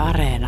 Areena.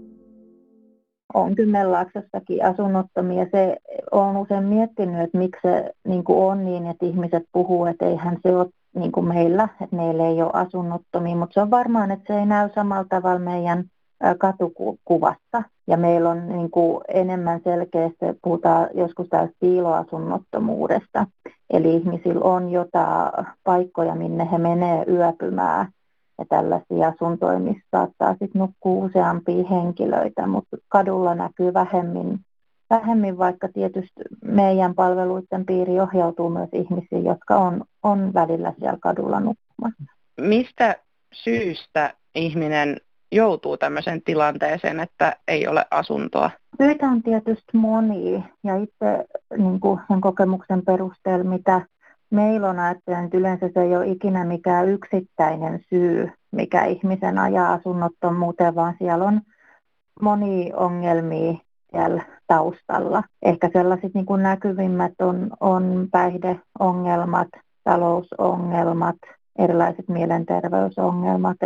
Olen Kymenlaaksossakin asunnottomia. Se olen usein miettinyt, että miksi se on niin, että ihmiset puhuu, että eihän se ole niin kuin meillä, että meillä ei ole asunnottomia. Mutta se on varmaan, että se ei näy samalla tavalla meidän katukuvassa. Ja meillä on enemmän selkeästi, puhutaan joskus tästä piiloasunnottomuudesta. Eli ihmisillä on jotain paikkoja, minne he menee yöpymään. Ja tällaisia asuntoja, missä saattaa sitten nukkua useampia henkilöitä, mutta kadulla näkyy vähemmin, vaikka tietysti meidän palveluiden piiri ohjautuu myös ihmisiin, jotka on välillä siellä kadulla nukkumassa. Mistä syystä ihminen joutuu tämmöiseen tilanteeseen, että ei ole asuntoa? Syitä on tietysti monia, ja itse sen kokemuksen perusteella, mitä meillä on ajatellut, että yleensä se ei ole ikinä mikään yksittäinen syy, mikä ihmisen ajaa asunnottomuuteen, vaan siellä on monia ongelmia siellä taustalla. Ehkä sellaiset näkyvimmät on päihdeongelmat, talousongelmat, erilaiset mielenterveysongelmat.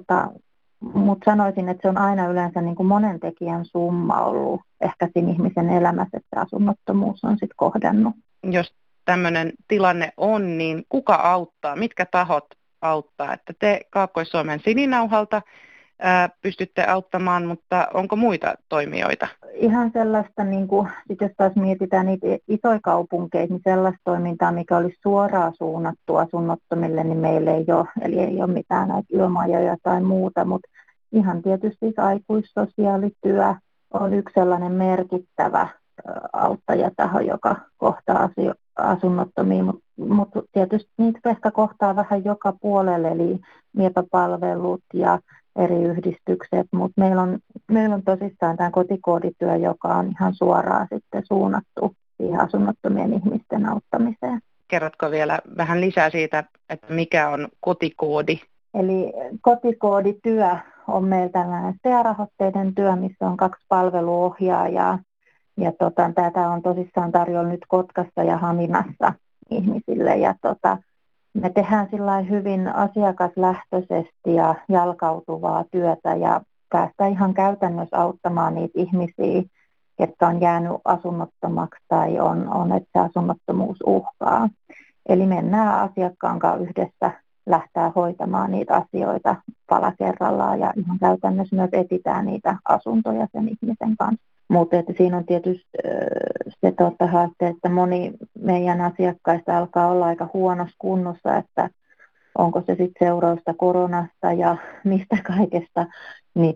Mutta sanoisin, että se on aina yleensä monen tekijän summa ollut ehkä siinä ihmisen elämässä, että asunnottomuus on sitten kohdannut. Jos tämmöinen tilanne on, niin kuka auttaa? Mitkä tahot auttaa? Että te Kaakkois-Suomen Sininauhalta pystytte auttamaan, mutta onko muita toimijoita? Ihan sellaista, jos taas mietitään niitä isoja kaupunkeja, niin sellaista toimintaa, mikä olisi suoraan suunnattu asunnottomille, niin meillä ei ole. Eli ei ole mitään näitä yömajoja tai muuta, mutta ihan tietysti aikuissosiaalityö on yksi sellainen merkittävä auttajataho, joka kohtaa asunnottomia, mutta tietysti niitä ehkä kohtaa vähän joka puolelle, eli miepä-palvelut ja eri yhdistykset, mutta meillä on tosissaan tämä kotikoodityö, joka on ihan suoraan sitten suunnattu siihen asunnottomien ihmisten auttamiseen. Kerrotko vielä vähän lisää siitä, että mikä on kotikoodi? Eli kotikoodityö on meillä tällainen STEA-rahoitteinen työ, missä on 2 palveluohjaajaa. Ja tätä on tosissaan tarjolla nyt Kotkassa ja Haminassa ihmisille. Ja me tehdään sillain hyvin asiakaslähtöisesti ja jalkautuvaa työtä ja päästään ihan käytännössä auttamaan niitä ihmisiä, jotka on jäänyt asunnottomaksi tai on että se asunnottomuus uhkaa. Eli mennään asiakkaan kanssa yhdessä lähtee hoitamaan niitä asioita pala kerrallaan ja ihan käytännössä myös etsitään niitä asuntoja sen ihmisen kanssa. Mutta siinä on tietysti se haaste, että moni meidän asiakkaista alkaa olla aika huonossa kunnossa, että onko se sitten seurausta koronasta ja mistä kaikesta, niin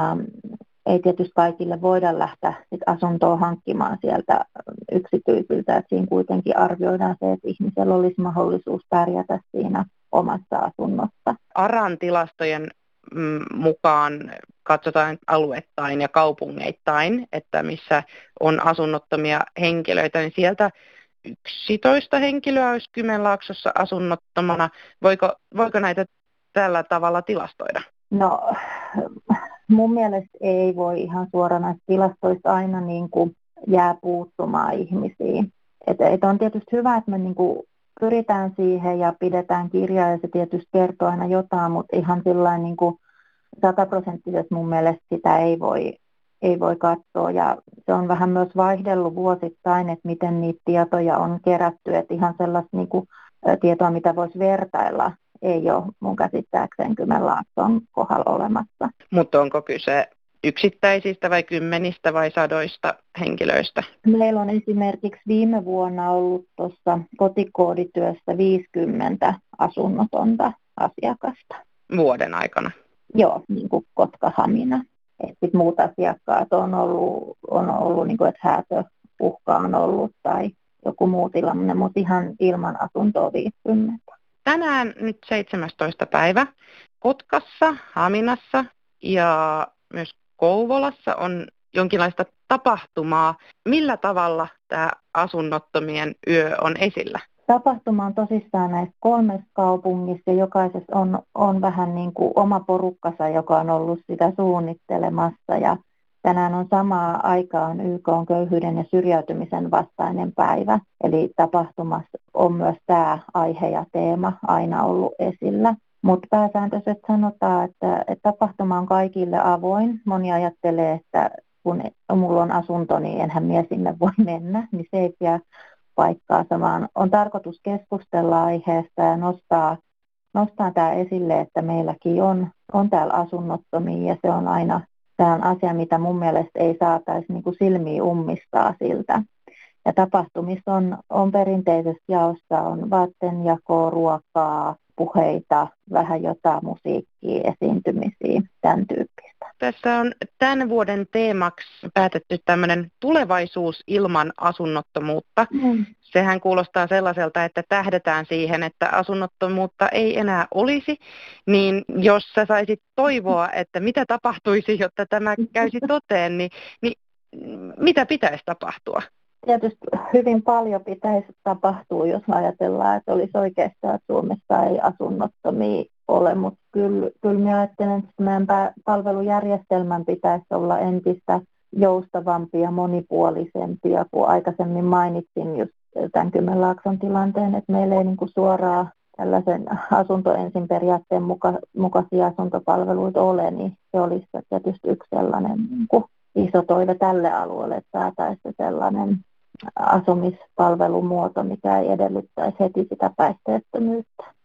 ei tietysti kaikille voida lähteä sit asuntoa hankkimaan sieltä yksityisiltä. Et siinä kuitenkin arvioidaan se, että ihmisellä olisi mahdollisuus pärjätä siinä omassa asunnossa. ARAn tilastojen mukaan katsotaan alueittain ja kaupungeittain, että missä on asunnottomia henkilöitä, niin sieltä 11 henkilöä olisi Kymenlaaksossa asunnottomana. Voiko näitä tällä tavalla tilastoida? No, mun mielestä ei voi ihan suoraan näistä tilastoista aina jää puuttumaan ihmisiin. Et on tietysti hyvä, että me pyritään siihen ja pidetään kirjaa ja se tietysti kertoo aina jotain, mutta ihan sillain 100% mun mielestä sitä ei voi katsoa ja se on vähän myös vaihdellut vuosittain, että miten niitä tietoja on kerätty, että ihan sellaista tietoa, mitä voisi vertailla, ei ole mun käsittääkseen Kymenlaakson kohdalla olemassa. Mutta onko kyse yksittäisistä vai kymmenistä vai sadoista henkilöistä? Meillä on esimerkiksi viime vuonna ollut tuossa kotikoodityössä 50 asunnotonta asiakasta. Vuoden aikana? Joo, niin kuin Kotka-Hamina. Sitten muut asiakkaat on ollut että häätöuhka on ollut tai joku muu tilanne, mutta ihan ilman asuntoa 50. Tänään nyt 17. päivä Kotkassa, Haminassa ja myös Kouvolassa on jonkinlaista tapahtumaa. Millä tavalla tämä asunnottomien yö on esillä? Tapahtuma on tosissaan näissä 3 kaupungissa. Jokaisessa on vähän niin kuin oma porukkansa, joka on ollut sitä suunnittelemassa. Ja tänään on samaan aikaan YK:n köyhyyden ja syrjäytymisen vastainen päivä. Eli tapahtumassa on myös tämä aihe ja teema aina ollut esillä. Mutta pääsääntöisesti sanotaan, että tapahtuma on kaikille avoin. Moni ajattelee, että kun mulla on asunto, niin enhän minä sinne voi mennä, niin se ei pidä paikkaansa, vaan on tarkoitus keskustella aiheesta ja nostaa tämä esille, että meilläkin on täällä asunnottomia ja se on aina tämä on asia, mitä mun mielestä ei saataisi niin kuin silmiä ummistaa siltä. Ja tapahtumissa on perinteisesti jaossa on vaattenjakoa, ruokaa, puheita, vähän jotain musiikkia, esiintymisiä, tämän tyyppistä. Tässä on tämän vuoden teemaksi päätetty tämmöinen tulevaisuus ilman asunnottomuutta. Sehän kuulostaa sellaiselta, että tähdätään siihen, että asunnottomuutta ei enää olisi. Niin jos sä saisit toivoa, että mitä tapahtuisi, jotta tämä käisi toteen, niin mitä pitäisi tapahtua? Tietysti hyvin paljon pitäisi tapahtua, jos ajatellaan, että olisi oikeastaan, että Suomessa ei asunnottomia ole, mutta kyllä minä ajattelen, että meidän palvelujärjestelmän pitäisi olla entistä joustavampi ja monipuolisempi, kun aikaisemmin mainitsin just tämän Kymenlaakson tilanteen, että meillä ei niin kuin suoraan tällaisen asunto ensin periaatteen mukaisia asuntopalveluita ole, niin se olisi tietysti yksi sellainen niin kuin iso toive tälle alueelle, että saataisiin sellainen asumispalvelumuoto, mikä ei edellyttäisi heti sitä päihteettömyyttä.